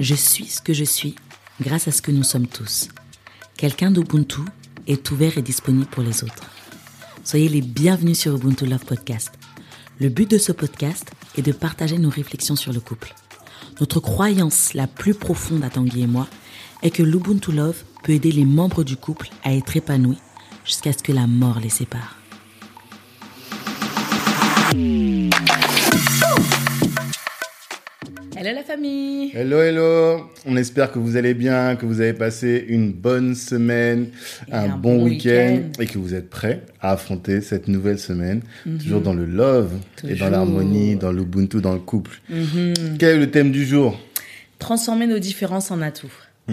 Je suis ce que je suis grâce à ce que nous sommes tous. Quelqu'un d'Ubuntu est ouvert et disponible pour les autres. Soyez les bienvenus sur Ubuntu Love Podcast. Le but de ce podcast est de partager nos réflexions sur le couple. Notre croyance la plus profonde à Tanguy et moi est que l'Ubuntu Love peut aider les membres du couple à être épanouis jusqu'à ce que la mort les sépare. Hello la famille! Hello, hello! On espère que vous allez bien, que vous avez passé une bonne semaine, un bon week-end et que vous êtes prêts à affronter cette nouvelle semaine, toujours dans le love et dans l'harmonie, dans l'Ubuntu, dans le couple. Quel est le thème du jour? Transformer nos différences en atouts.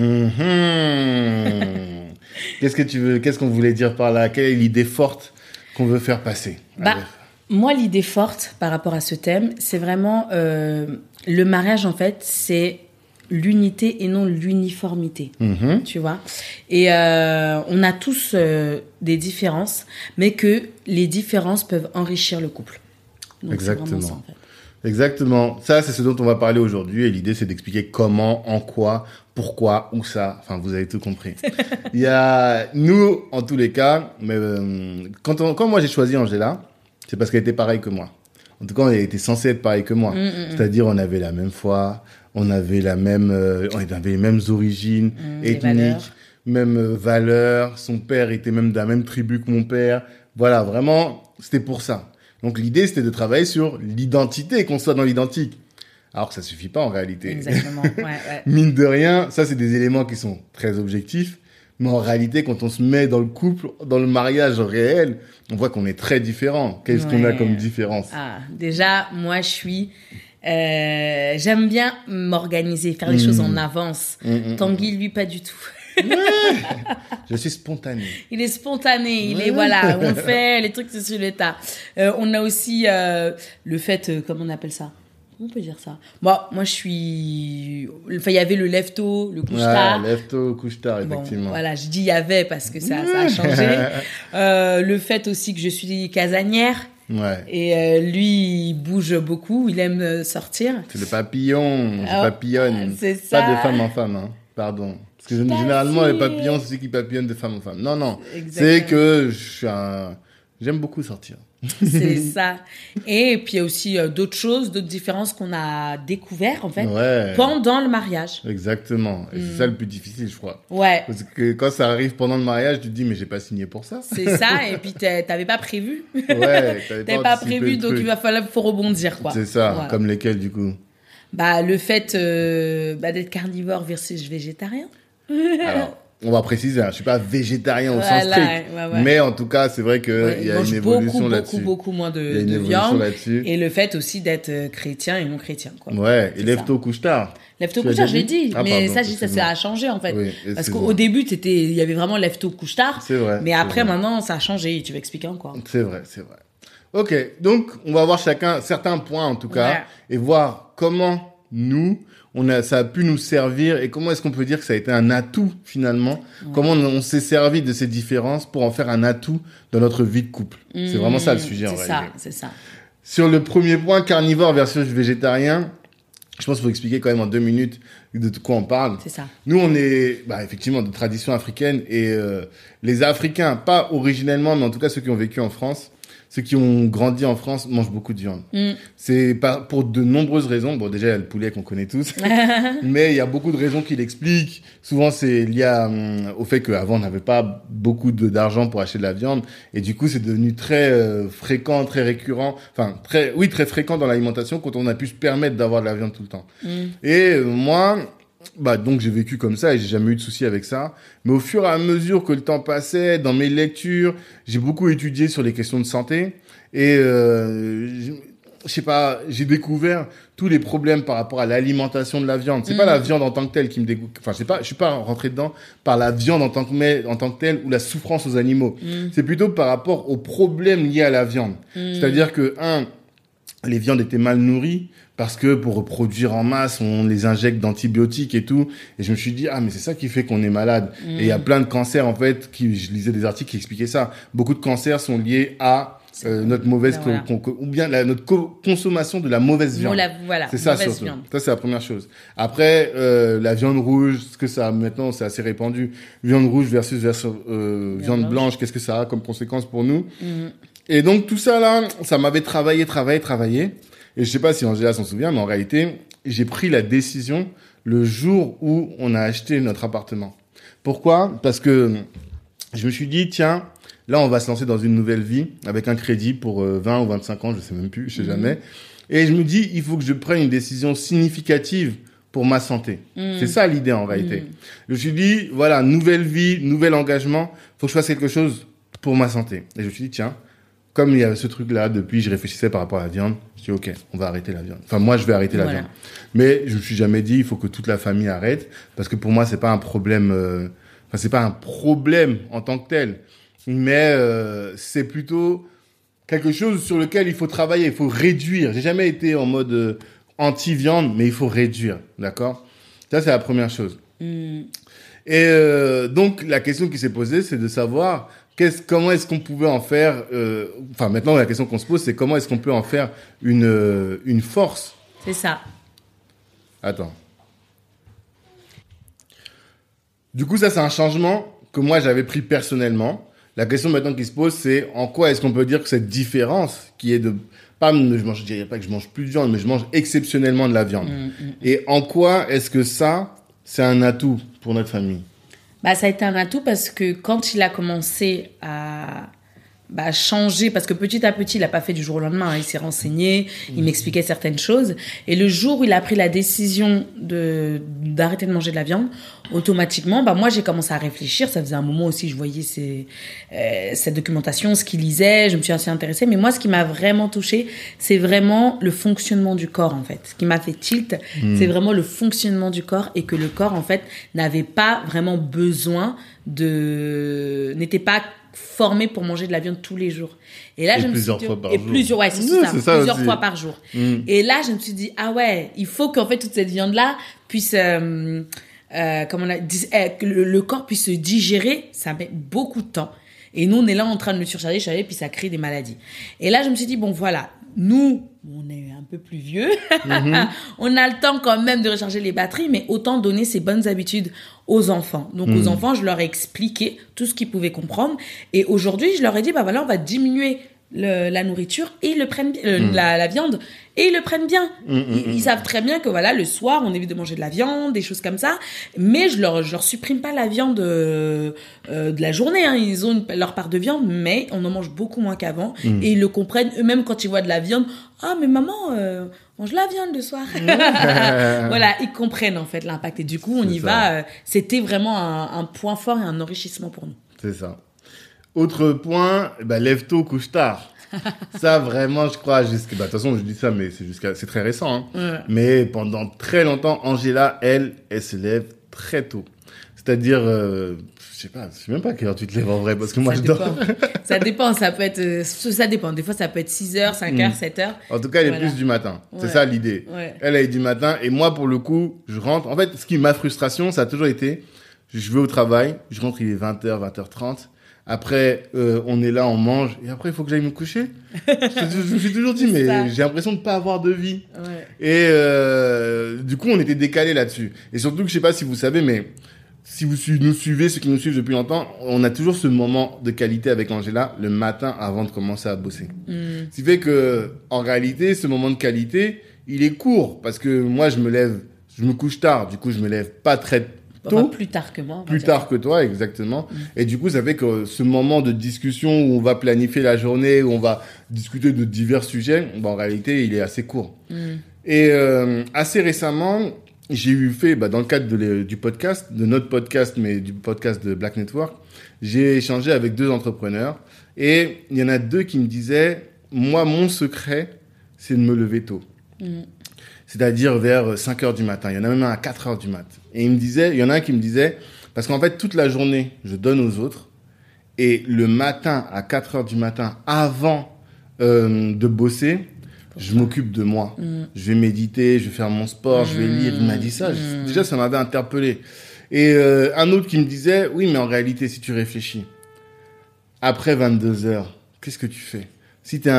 Qu'est-ce que tu veux? Qu'est-ce qu'on voulait dire par là? Quelle est l'idée forte qu'on veut faire passer? Moi, l'idée forte par rapport à ce thème, c'est vraiment le mariage, en fait, c'est l'unité et non l'uniformité, tu vois. Et on a tous des différences, mais que les différences peuvent enrichir le couple. Donc, exactement. C'est vraiment ça, en fait. Exactement. Ça, c'est ce dont on va parler aujourd'hui. Et l'idée, c'est d'expliquer comment, en quoi, pourquoi, où ça. Enfin, vous avez tout compris. Il y a nous, en tous les cas, mais quand moi j'ai choisi Angela, c'est parce qu'elle était pareille que moi. En tout cas, elle était censée être pareille que moi. C'est-à-dire, on avait la même foi, on avait les mêmes origines ethniques, mêmes valeurs. Son père était même de la même tribu que mon père. Voilà, vraiment, c'était pour ça. Donc, l'idée, c'était de travailler sur l'identité, qu'on soit dans l'identique. Alors que ça suffit pas en réalité. Exactement, ouais. Mine de rien, ça, c'est des éléments qui sont très objectifs. Mais en réalité, quand on se met dans le couple, dans le mariage réel, on voit qu'on est très différents. Qu'est-ce qu'on a comme différence? Déjà, moi, j'aime bien m'organiser, faire les choses en avance. Tanguy, lui, pas du tout. Je suis spontané. Il est spontané, il est voilà, on fait les trucs sur le tas. On a aussi le fait, comment on appelle ça? Comment on peut dire ça? Moi, je suis... Enfin, il y avait le lève-tôt, le couche-tard. Ouais, lève-tôt, couche-tard, effectivement. Bon, voilà, je dis il y avait parce que ça a changé. Le fait aussi que je suis casanière. Ouais. Et lui, il bouge beaucoup, il aime sortir. C'est le papillon, je papillonne. C'est ça. Pas de femme en femme, hein. Pardon. Parce que généralement, les papillons, c'est ceux qui papillonnent de femme en femme. Non. Exactement. C'est que j'aime beaucoup sortir. C'est ça. Et puis, il y a aussi d'autres choses, d'autres différences qu'on a découvert, en fait, pendant le mariage. Exactement. Et c'est ça le plus difficile, je crois. Ouais. Parce que quand ça arrive pendant le mariage, tu te dis, mais j'ai pas signé pour ça. C'est ça. Et puis, t'avais pas prévu. Ouais. T'avais pas prévu, donc faut rebondir, quoi. C'est ça. Voilà. Comme lesquels, du coup? Le fait d'être carnivore versus végétarien. Alors, on va préciser, je suis pas végétarien au sens strict, mais en tout cas, c'est vrai que il y a une évolution là-dessus. Beaucoup moins de viande. Et le fait aussi d'être chrétien et non chrétien, quoi. Ouais, et lève-tôt, couche-tard. Lève-tôt, couche-tard, je l'ai dit. Mais ça a changé, en fait. Oui, parce qu'au début, il y avait vraiment lève-tôt, couche-tard. C'est vrai. Mais après, maintenant, ça a changé. Tu vas expliquer encore. C'est vrai. Ok. Donc, on va voir chacun certains points, en tout cas, et voir comment ça a pu nous servir et comment est-ce qu'on peut dire que ça a été un atout finalement. Comment on s'est servi de ces différences pour en faire un atout dans notre vie de couple. C'est vraiment ça le sujet en réalité. C'est ça. Sur le premier point, carnivore versus végétarien, je pense qu'il faut expliquer quand même en 2 minutes de quoi on parle. C'est ça. Nous, on est effectivement de tradition africaine et les Africains, pas originellement, mais en tout cas ceux qui ont vécu en France, ceux qui ont grandi en France mangent beaucoup de viande. C'est pour de nombreuses raisons. Bon, déjà, il y a le poulet qu'on connaît tous. Mais il y a beaucoup de raisons qui l'expliquent. Souvent, c'est lié au fait qu'avant, on n'avait pas beaucoup d'argent pour acheter de la viande. Et du coup, c'est devenu très fréquent, très récurrent. Enfin, très fréquent dans l'alimentation quand on a pu se permettre d'avoir de la viande tout le temps. Et moi... donc j'ai vécu comme ça et j'ai jamais eu de soucis avec ça. Mais au fur et à mesure que le temps passait, dans mes lectures, j'ai beaucoup étudié sur les questions de santé et j'ai découvert tous les problèmes par rapport à l'alimentation de la viande. C'est pas la viande en tant que telle qui me dégoûte. Enfin, je suis pas rentré dedans par la viande en tant que telle ou la souffrance aux animaux. C'est plutôt par rapport aux problèmes liés à la viande. C'est-à-dire que les viandes étaient mal nourries. Parce que pour reproduire en masse, on les injecte d'antibiotiques et tout. Et je me suis dit, mais c'est ça qui fait qu'on est malade. Et il y a plein de cancers, en fait, je lisais des articles qui expliquaient ça. Beaucoup de cancers sont liés à notre mauvaise ou bien notre consommation de la mauvaise viande. Voilà, c'est ça surtout. Ça c'est la première chose. Après la viande rouge, ce que ça maintenant c'est assez répandu. Viande rouge versus viande blanche, qu'est-ce que ça a comme conséquence pour nous? Et donc tout ça là, ça m'avait travaillé. Et je sais pas si Angela s'en souvient, mais en réalité, j'ai pris la décision le jour où on a acheté notre appartement. Pourquoi? Parce que je me suis dit, tiens, là, on va se lancer dans une nouvelle vie avec un crédit pour 20 ou 25 ans, je sais même plus, je sais jamais. Et je me dis, il faut que je prenne une décision significative pour ma santé. C'est ça l'idée en réalité. Je me suis dit, voilà, nouvelle vie, nouvel engagement, faut que je fasse quelque chose pour ma santé. Et je me suis dit, tiens, comme il y avait ce truc-là, depuis, je réfléchissais par rapport à la viande. Je dis, OK, on va arrêter la viande. Enfin, moi, je vais arrêter la viande. Mais je me suis jamais dit, il faut que toute la famille arrête. Parce que pour moi, c'est pas un problème, c'est pas un problème en tant que tel. Mais, c'est plutôt quelque chose sur lequel il faut travailler. Il faut réduire. J'ai jamais été en mode anti-viande, mais il faut réduire. D'accord? Ça, c'est la première chose. Et, donc, la question qui s'est posée, c'est de savoir, comment est-ce qu'on pouvait en faire maintenant la question qu'on se pose c'est comment est-ce qu'on peut en faire une force. C'est ça. Attends. Du coup ça c'est un changement que moi j'avais pris personnellement. La question maintenant qui se pose c'est en quoi est-ce qu'on peut dire que cette différence qui est de je dirais pas que je mange plus de viande mais je mange exceptionnellement de la viande. Et en quoi est-ce que ça c'est un atout pour notre famille? Ça a été un atout parce que quand il a commencé à changer, parce que petit à petit, il n'a pas fait du jour au lendemain, il s'est renseigné, il m'expliquait certaines choses. Et le jour où il a pris la décision d'arrêter de manger de la viande, automatiquement, moi, j'ai commencé à réfléchir. Ça faisait un moment aussi, je voyais cette documentation, ce qu'il lisait, je me suis assez intéressée. Mais moi, ce qui m'a vraiment touchée, c'est vraiment le fonctionnement du corps, en fait. Ce qui m'a fait tilt, c'est vraiment le fonctionnement du corps et que le corps, en fait, n'avait pas vraiment besoin n'était pas formé pour manger de la viande tous les jours. Et là, plusieurs fois par jour. Plusieurs fois par jour. Et là, je me suis dit, ah ouais, il faut qu'en fait, toute cette viande-là puisse, que le corps puisse se digérer. Ça met beaucoup de temps. Et nous, on est là en train de le surcharger, puis ça crée des maladies. Et là, je me suis dit, bon, voilà, nous, on est un peu plus vieux. On a le temps quand même de recharger les batteries, mais autant donner ces bonnes habitudes aux enfants. Donc, aux enfants, je leur ai expliqué tout ce qu'ils pouvaient comprendre. Et aujourd'hui, je leur ai dit, voilà, on va diminuer la nourriture et ils le prennent la viande et ils le prennent bien. Ils savent très bien que voilà, le soir, on évite de manger de la viande, des choses comme ça. Mais je leur supprime pas la viande de la journée. Hein. Ils ont leur part de viande, mais on en mange beaucoup moins qu'avant. Et ils le comprennent eux-mêmes quand ils voient de la viande. Ah, mais maman, mange la viande le soir. Voilà, ils comprennent en fait l'impact. Et du coup, on y va. C'était vraiment un point fort et un enrichissement pour nous. C'est ça. Autre point, lève tôt, couche tard. Ça, vraiment, je crois, de toute façon, je dis ça, mais c'est très récent, hein. Mais pendant très longtemps, Angela, elle se lève très tôt. C'est-à-dire, je sais même pas à quelle heure tu te lèves en vrai, parce que moi, je dors. Ça dépend, ça dépend. Des fois, ça peut être 6h, 5h, 7h. En tout cas, elle est plus du matin. C'est ça, l'idée. Elle est du matin, et moi, pour le coup, je rentre. En fait, ma frustration, ça a toujours été, je vais au travail, je rentre, il est 20h, 20h30. Après, on est là, on mange, et après, il faut que j'aille me coucher. Je me suis toujours dit, mais j'ai l'impression de pas avoir de vie. Et du coup, on était décalés là-dessus. Et surtout que je sais pas si vous savez, mais si vous nous suivez, ceux qui nous suivent depuis longtemps, on a toujours ce moment de qualité avec Angela le matin avant de commencer à bosser. Ce qui fait que, en réalité, ce moment de qualité, il est court, parce que moi, je me couche tard, du coup, je me lève pas très tôt, plus tard que moi. Plus tard que toi, exactement. Et du coup, ça fait que ce moment de discussion où on va planifier la journée, où on va discuter de divers sujets, en réalité, il est assez court. Et assez récemment, j'ai fait, dans le cadre du podcast, de notre podcast, mais du podcast de Black Network, j'ai échangé avec 2 entrepreneurs. Et il y en a 2 qui me disaient, moi, mon secret, c'est de me lever tôt. C'est-à-dire vers 5h du matin. Il y en a même un à 4h du matin. Et il y en a un qui me disait, parce qu'en fait, toute la journée, je donne aux autres. Et le matin, à 4h du matin, avant de bosser, je m'occupe de moi. Je vais méditer, je vais faire mon sport, je vais lire. Il m'a dit ça. Déjà, ça m'avait interpellé. Et un autre qui me disait, oui, mais en réalité, si tu réfléchis, après 22h, qu'est-ce que tu fais ? si t'es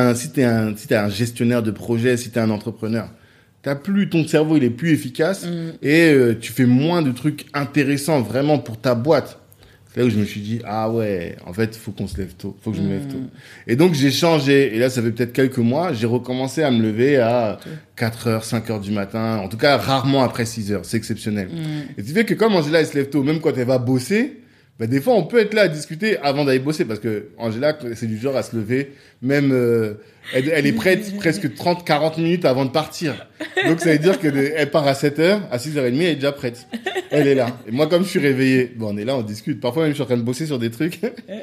un gestionnaire de projet, si t'es un entrepreneur, ton cerveau, il est plus efficace et tu fais moins de trucs intéressants vraiment pour ta boîte. C'est là où je me suis dit, ah ouais, en fait, faut qu'on se lève tôt, faut que je me lève tôt. Et donc, j'ai changé. Et là, ça fait peut-être quelques mois, j'ai recommencé à me lever à 4h, 5h du matin. En tout cas, rarement après 6h. C'est exceptionnel. Et tu fais que comme Angela, elle se lève tôt, même quand elle va bosser, bah, des fois, on peut être là à discuter avant d'aller bosser parce que Angela, c'est du genre à se lever, même, elle est prête presque 30, 40 minutes avant de partir. Donc, ça veut dire qu'elle part à 7h, à 6h30, elle est déjà prête. Elle est là. Et moi, comme je suis réveillé, bon, on est là, on discute. Parfois, même, je suis en train de bosser sur des trucs.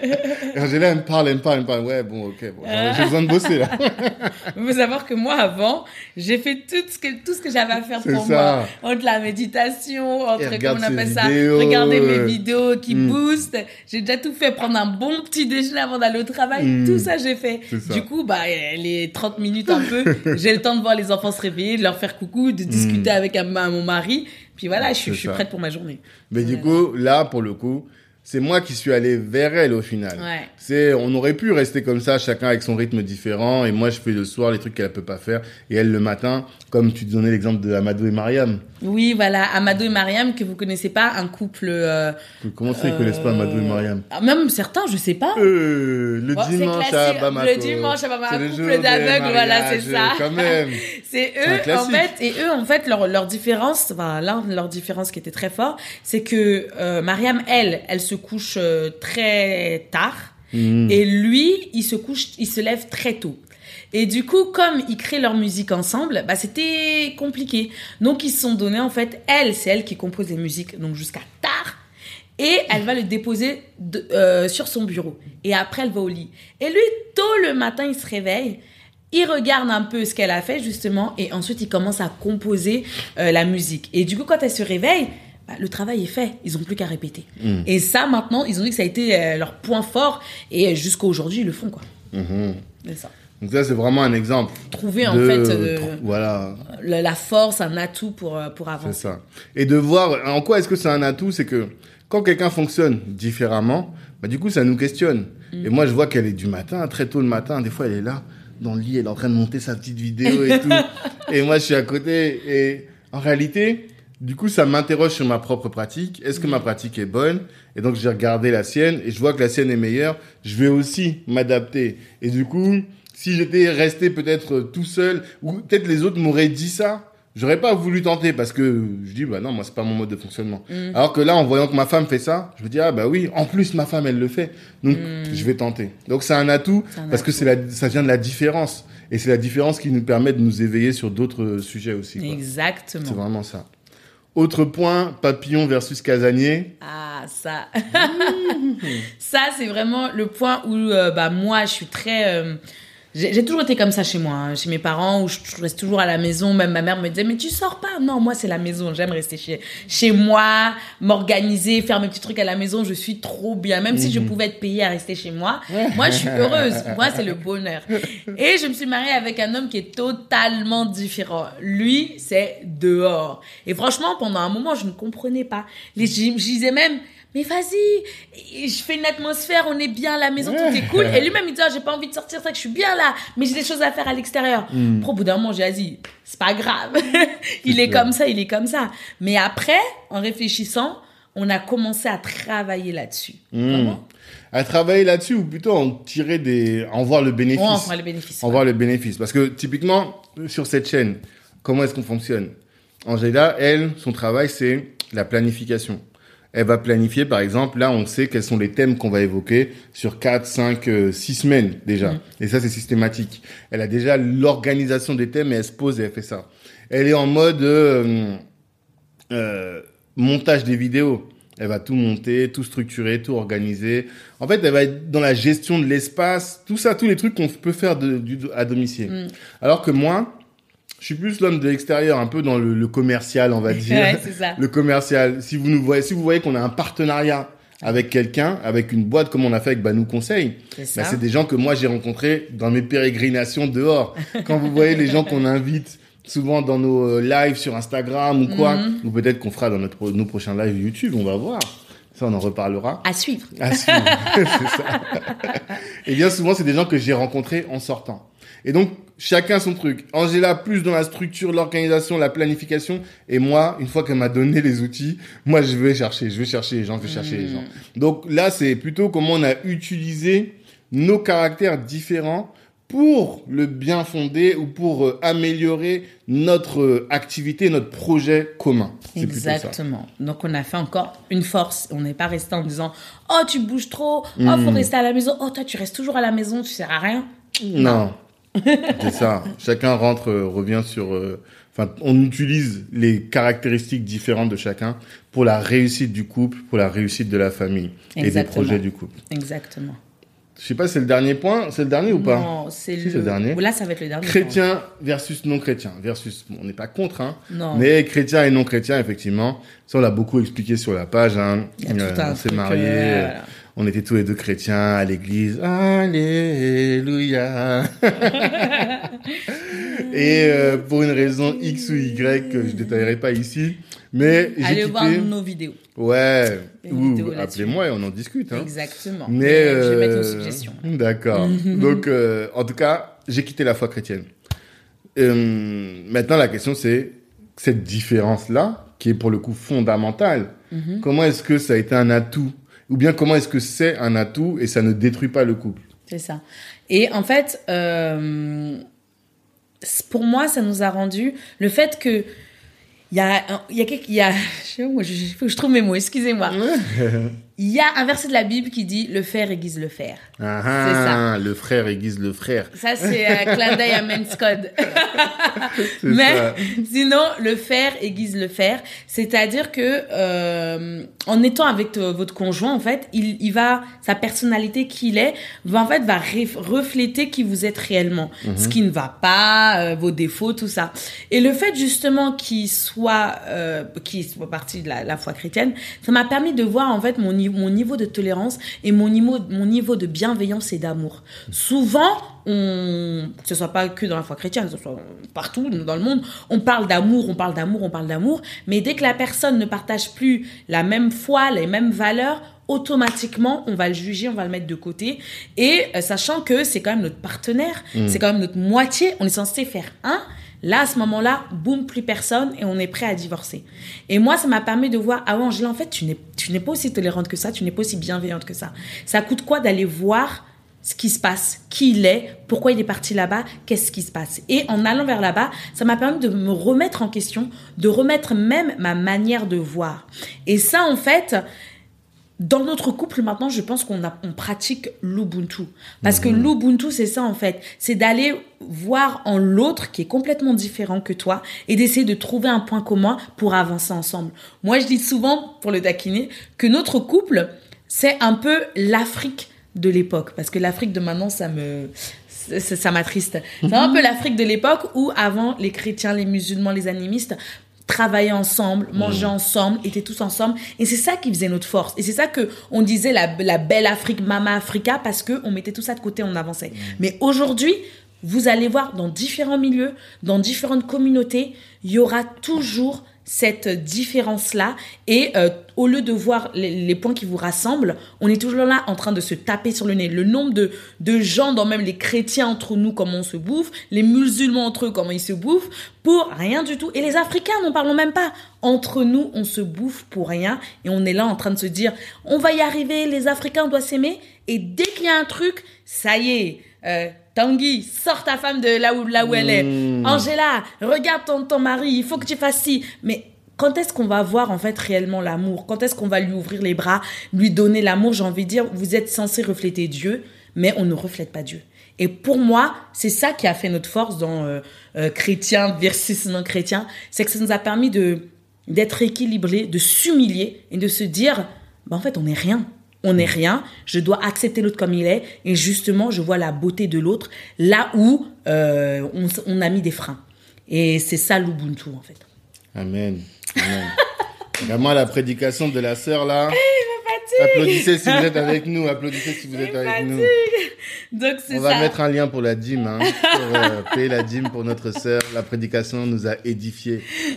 Et Angela, elle me parle. Ouais, bon, ok, bon, j'ai besoin de bosser, là. Il faut savoir que moi, avant, j'ai fait tout ce que j'avais à faire pour moi. Entre la méditation, entre, comment on appelle ça, regarder mes vidéos qui boostent. J'ai déjà tout fait. Prendre un bon petit déjeuner avant d'aller au travail. Tout ça, j'ai fait. Du coup, bah, les 30 minutes un peu, j'ai le temps de voir les enfants se réveiller, de leur faire coucou, de discuter avec mon mari. Puis voilà, je suis prête pour ma journée. Mais du coup, là, pour le coup, c'est moi qui suis allé vers elle au final. Ouais. On aurait pu rester comme ça, chacun avec son rythme différent. Et moi, je fais le soir les trucs qu'elle peut pas faire. Et elle le matin, comme tu donnais l'exemple de Amadou et Mariam. Oui, voilà, Amadou et Mariam, que vous connaissez pas, un couple... Comment ça, ils connaissent pas Amadou et Mariam? Même certains, je sais pas. Le dimanche à Bamako. Le dimanche à Bamako, un couple d'aveugles, voilà, c'est ça. Quand même. C'est eux, en fait, leur différence, enfin, l'un de leurs différences qui était très fort, c'est que Mariam, elle se couche très tard, et lui, il se lève très tôt. Et du coup, comme ils créent leur musique ensemble, bah, c'était compliqué. Donc, ils se sont donnés, en fait, c'est elle qui compose les musiques, donc jusqu'à tard. Et elle va le déposer sur son bureau. Et après, elle va au lit. Et lui, tôt le matin, il se réveille. Il regarde un peu ce qu'elle a fait, justement. Et ensuite, il commence à composer la musique. Et du coup, quand elle se réveille, bah, le travail est fait. Ils n'ont plus qu'à répéter. Et ça, maintenant, ils ont dit que ça a été leur point fort. Et jusqu'à aujourd'hui, ils le font, quoi. C'est ça. Donc ça, c'est vraiment un exemple. Trouver, en fait, voilà. la force, un atout pour avancer. C'est ça. Et de voir en quoi est-ce que c'est un atout, c'est que quand quelqu'un fonctionne différemment, bah, du coup, ça nous questionne. Et moi, je vois qu'elle est du matin, très tôt le matin. Des fois, elle est là, dans le lit, elle est en train de monter sa petite vidéo et tout. Et moi, je suis à côté. Et en réalité, du coup, ça m'interroge sur ma propre pratique. Est-ce que ma pratique est bonne? Et donc, j'ai regardé la sienne et je vois que la sienne est meilleure. Je vais aussi m'adapter. Et du coup, si j'étais resté peut-être tout seul, ou peut-être les autres m'auraient dit ça, j'aurais pas voulu tenter parce que je dis, bah non, moi, c'est pas mon mode de fonctionnement. Alors que là, en voyant que ma femme fait ça, je me dis, ah bah oui, en plus, ma femme, elle le fait. Donc, je vais tenter. Donc, c'est un atout parce que ça vient de la différence. Et c'est la différence qui nous permet de nous éveiller sur d'autres sujets aussi, quoi. Exactement. C'est vraiment ça. Autre point, papillon versus casanier. Ah, ça. Ça, c'est vraiment le point où, moi, je suis très... J'ai toujours été comme ça chez moi, hein, chez mes parents, où je reste toujours à la maison. Même ma mère me disait, mais tu sors pas. Non, moi, c'est la maison. J'aime rester chez moi, m'organiser, faire mes petits trucs à la maison. Je suis trop bien. Même si je pouvais être payée à rester chez moi, moi, je suis heureuse. Moi, c'est le bonheur. Et je me suis mariée avec un homme qui est totalement différent. Lui, c'est dehors. Et franchement, pendant un moment, je ne comprenais pas. Je disais même, mais vas-y, je fais une atmosphère, on est bien à la maison, tout est cool. Et lui-même, il dit, j'ai pas envie de sortir, c'est vrai que je suis bien là, mais j'ai des choses à faire à l'extérieur. Après, au bout d'un moment, j'ai dit, c'est pas grave. il est comme ça. Mais après, en réfléchissant, on a commencé à travailler là-dessus. Comment? À travailler là-dessus, ou plutôt en voir le bénéfice. Ouais, en voir le bénéfice. En voir le bénéfice. Parce que, typiquement, sur cette chaîne, comment est-ce qu'on fonctionne? Angela, son travail, c'est la planification. Elle va planifier, par exemple, là, on sait quels sont les thèmes qu'on va évoquer sur 4, 5, 6 semaines, déjà. Et ça, c'est systématique. Elle a déjà l'organisation des thèmes et elle se pose et elle fait ça. Elle est en mode montage des vidéos. Elle va tout monter, tout structurer, tout organiser. En fait, elle va être dans la gestion de l'espace, tout ça, tous les trucs qu'on peut faire à domicile. Alors que moi, je suis plus l'homme de l'extérieur, un peu dans le commercial, on va dire. Ouais, c'est ça. Le commercial. Si vous voyez qu'on a un partenariat avec quelqu'un, avec une boîte comme on a fait avec Banou Conseil, c'est des gens que moi j'ai rencontrés dans mes pérégrinations dehors. Quand vous voyez les gens qu'on invite souvent dans nos lives sur Instagram ou quoi, ou peut-être qu'on fera dans nos prochains lives YouTube, on va voir. Ça, on en reparlera. À suivre. À suivre, c'est ça. Et bien souvent, c'est des gens que j'ai rencontrés en sortant. Et donc, chacun son truc. Angela, plus dans la structure, l'organisation, la planification. Et moi, une fois qu'elle m'a donné les outils, moi, je vais chercher les gens, Donc là, c'est plutôt comment on a utilisé nos caractères différents pour le bien fonder ou pour améliorer notre activité, notre projet commun. C'est exactement. Donc, on a fait encore une force. On n'est pas resté en disant « Oh, tu bouges trop. Oh, faut rester à la maison. Oh, toi, tu restes toujours à la maison. Tu sers à rien. » Non. C'est ça. Chacun revient sur... on utilise les caractéristiques différentes de chacun pour la réussite du couple, pour la réussite de la famille et des projets du couple. Exactement. Je sais pas, c'est le dernier point. C'est le dernier ou pas? Non, c'est le dernier. Là, ça va être le dernier. Chrétien versus non-chrétien. Bon, on n'est pas contre, hein. Non. Mais chrétien et non-chrétien, effectivement. Ça, on l'a beaucoup expliqué sur la page, hein. On s'est mariés. Voilà. On était tous les deux chrétiens à l'église. Alléluia. Et pour une raison X ou Y que je détaillerai pas ici, mais allez voir nos vidéos. Ouais. Ou appelez-moi et on en discute. Hein. Exactement. Mais je vais mettre une suggestion. D'accord. Donc, en tout cas, j'ai quitté la foi chrétienne. Maintenant, la question c'est cette différence-là, qui est pour le coup fondamentale. Comment est-ce que ça a été un atout? Ou bien comment est-ce que c'est un atout et ça ne détruit pas le couple? C'est ça. Et en fait, pour moi, ça nous a rendu le fait que il y a je trouve mes mots, excusez-moi. Il y a un verset de la Bible qui dit le fer aiguise le fer. C'est ça. Le frère aiguise le frère. Ça, c'est clin d'œil à Men's Code. Mais ça. Sinon, le fer aiguise le fer. C'est-à-dire que en étant avec votre conjoint, en fait, il va, sa personnalité qu'il est, va refléter qui vous êtes réellement. Ce qui ne va pas, vos défauts, tout ça. Et le fait justement qu'il soit parti de la foi chrétienne, ça m'a permis de voir en fait mon niveau de tolérance et mon niveau de bienveillance et d'amour. Souvent, que ce soit pas que dans la foi chrétienne, que ce soit partout dans le monde, on parle d'amour, mais dès que la personne ne partage plus la même foi, les mêmes valeurs, automatiquement, on va le juger, on va le mettre de côté. Et sachant que c'est quand même notre partenaire, c'est quand même notre moitié, on est censé faire un. Là, à ce moment-là, boum, plus personne et on est prêt à divorcer. Et moi, ça m'a permis de voir, ah ouais, Angela, en fait, tu n'es pas aussi tolérante que ça, tu n'es pas aussi bienveillante que ça. Ça coûte quoi d'aller voir ce qui se passe, qui il est, pourquoi il est parti là-bas, qu'est-ce qui se passe. Et en allant vers là-bas, ça m'a permis de me remettre en question, de remettre même ma manière de voir. Et ça, en fait... Dans notre couple, maintenant, je pense qu'on pratique l'Ubuntu. Parce que l'Ubuntu, c'est ça, en fait. C'est d'aller voir en l'autre, qui est complètement différent que toi, et d'essayer de trouver un point commun pour avancer ensemble. Moi, je dis souvent, pour le taquiner, que notre couple, c'est un peu l'Afrique de l'époque. Parce que l'Afrique de maintenant, ça m'attriste. C'est un peu l'Afrique de l'époque où, avant, les chrétiens, les musulmans, les animistes... travailler ensemble, manger ensemble, étaient tous ensemble. Et c'est ça qui faisait notre force. Et c'est ça qu'on disait la belle Afrique, Mama Africa, parce qu'on mettait tout ça de côté, on avançait. Mais aujourd'hui, vous allez voir dans différents milieux, dans différentes communautés, il y aura toujours cette différence-là. Et au lieu de voir les points qui vous rassemblent, on est toujours là en train de se taper sur le nez. Le nombre de gens, dans même les chrétiens entre nous, comment on se bouffe, les musulmans entre eux, comment ils se bouffent, pour rien du tout. Et les Africains, n'en parlons même pas. Entre nous, on se bouffe pour rien. Et on est là en train de se dire, on va y arriver, les Africains doivent s'aimer. Et dès qu'il y a un truc, ça y est, Tanguy, sors ta femme de là où elle est. Angela, regarde ton mari, il faut que tu fasses ci. Mais quand est-ce qu'on va voir en fait réellement l'amour? Quand est-ce qu'on va lui ouvrir les bras, lui donner l'amour? J'ai envie de dire, vous êtes censé refléter Dieu, mais on ne reflète pas Dieu. Et pour moi, c'est ça qui a fait notre force dans chrétien versus non chrétien, c'est que ça nous a permis d'être équilibrés, de s'humilier et de se dire, en fait, on n'est rien. On n'est rien, je dois accepter l'autre comme il est et justement, je vois la beauté de l'autre là où on a mis des freins. Et c'est ça l'Ubuntu, en fait. Amen. Amen. Vraiment, la prédication de la sœur, là. Hey, applaudissez si vous êtes avec nous. Applaudissez si vous êtes avec nous. Donc, c'est On va ça. mettre un lien pour la dîme, hein, pour payer la dîme pour notre sœur. La prédication nous a édifiés.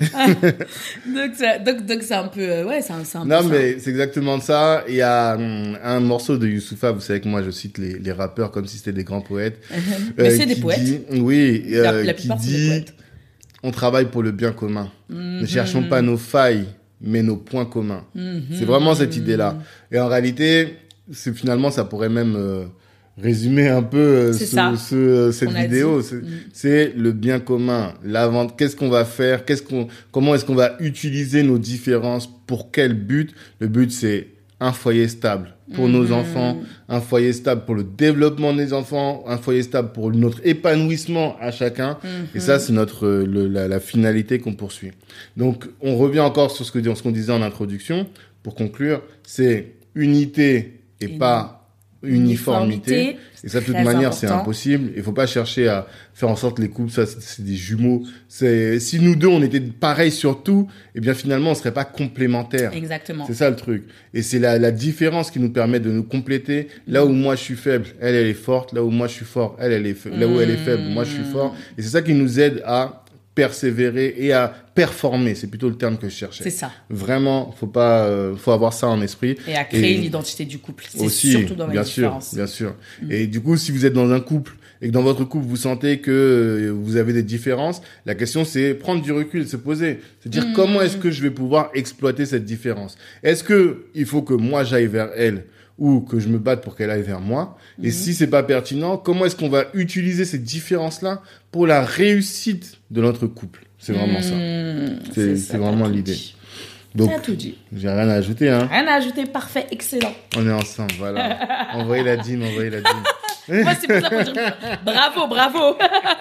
Donc, c'est un peu... ouais, c'est un peu Non, ça. mais c'est exactement ça. Il y a un morceau de Youssoupha, vous savez que moi, je cite les rappeurs comme si c'était des grands poètes. Mais c'est des qui poètes. Oui, La qui plupart, c'est des dit poètes. on travaille pour le bien commun. Ne cherchons pas nos failles, mais nos points communs. C'est vraiment cette idée-là. Et en réalité, finalement, ça pourrait même résumer un peu C'est cette On a vidéo. dit. C'est le bien commun. La vente, qu'est-ce qu'on va faire? Comment est-ce qu'on va utiliser nos différences? Pour quel but? Le but, c'est un foyer stable pour nos enfants, un foyer stable pour le développement des enfants, un foyer stable pour notre épanouissement à chacun. Et ça, c'est la finalité qu'on poursuit. Donc, on revient encore sur ce qu'on disait en introduction. Pour conclure, c'est unité et pas uniformité. Et ça, de toute très manière, c'est important. impossible. Il faut pas chercher à faire en sorte que les couples, ça, c'est des jumeaux. Si nous deux, on était pareils sur tout, eh bien, finalement, on serait pas complémentaires. Exactement. C'est ça le truc. Et c'est la différence qui nous permet de nous compléter. Là où moi je suis faible, elle est forte. Là où moi je suis fort, elle est là où elle est faible, moi je suis fort. Et c'est ça qui nous aide à persévérer et à performer. C'est plutôt le terme que je cherchais. C'est ça. Vraiment, faut avoir ça en esprit. Et à créer l'identité du couple. C'est Aussi, surtout dans la bien différence. sûr, bien sûr. Et du coup, si vous êtes dans un couple et que dans votre couple vous sentez que vous avez des différences, la question c'est prendre du recul, se poser, se dire comment est-ce que je vais pouvoir exploiter cette différence. Est-ce que il faut que moi j'aille vers elle ou que je me batte pour qu'elle aille vers moi? Et si c'est pas pertinent, comment est-ce qu'on va utiliser ces différences-là pour la réussite de notre couple? C'est vraiment ça. C'est vraiment l'idée. Donc, T'as tout dit. j'ai rien à ajouter, hein. Rien à ajouter, parfait, excellent. On est ensemble, voilà. Envoyez la dîme, envoyez la dîme. Moi, c'est pour ça que je dire bravo.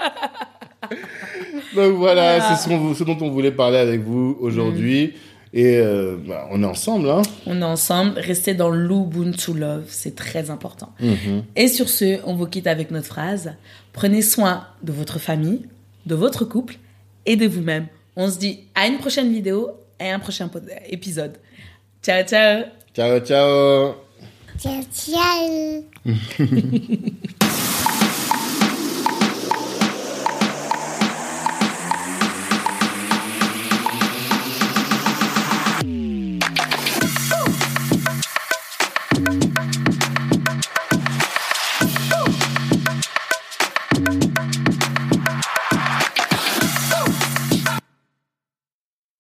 Donc voilà, c'est ce dont on voulait parler avec vous aujourd'hui. Et on est ensemble, hein. On est ensemble, restez dans l'Ubuntu Love, c'est très important. Et sur ce, on vous quitte avec notre phrase. Prenez soin de votre famille, de votre couple et de vous-même. On se dit à une prochaine vidéo et à un prochain épisode. Ciao, ciao. Ciao, ciao. Ciao, ciao.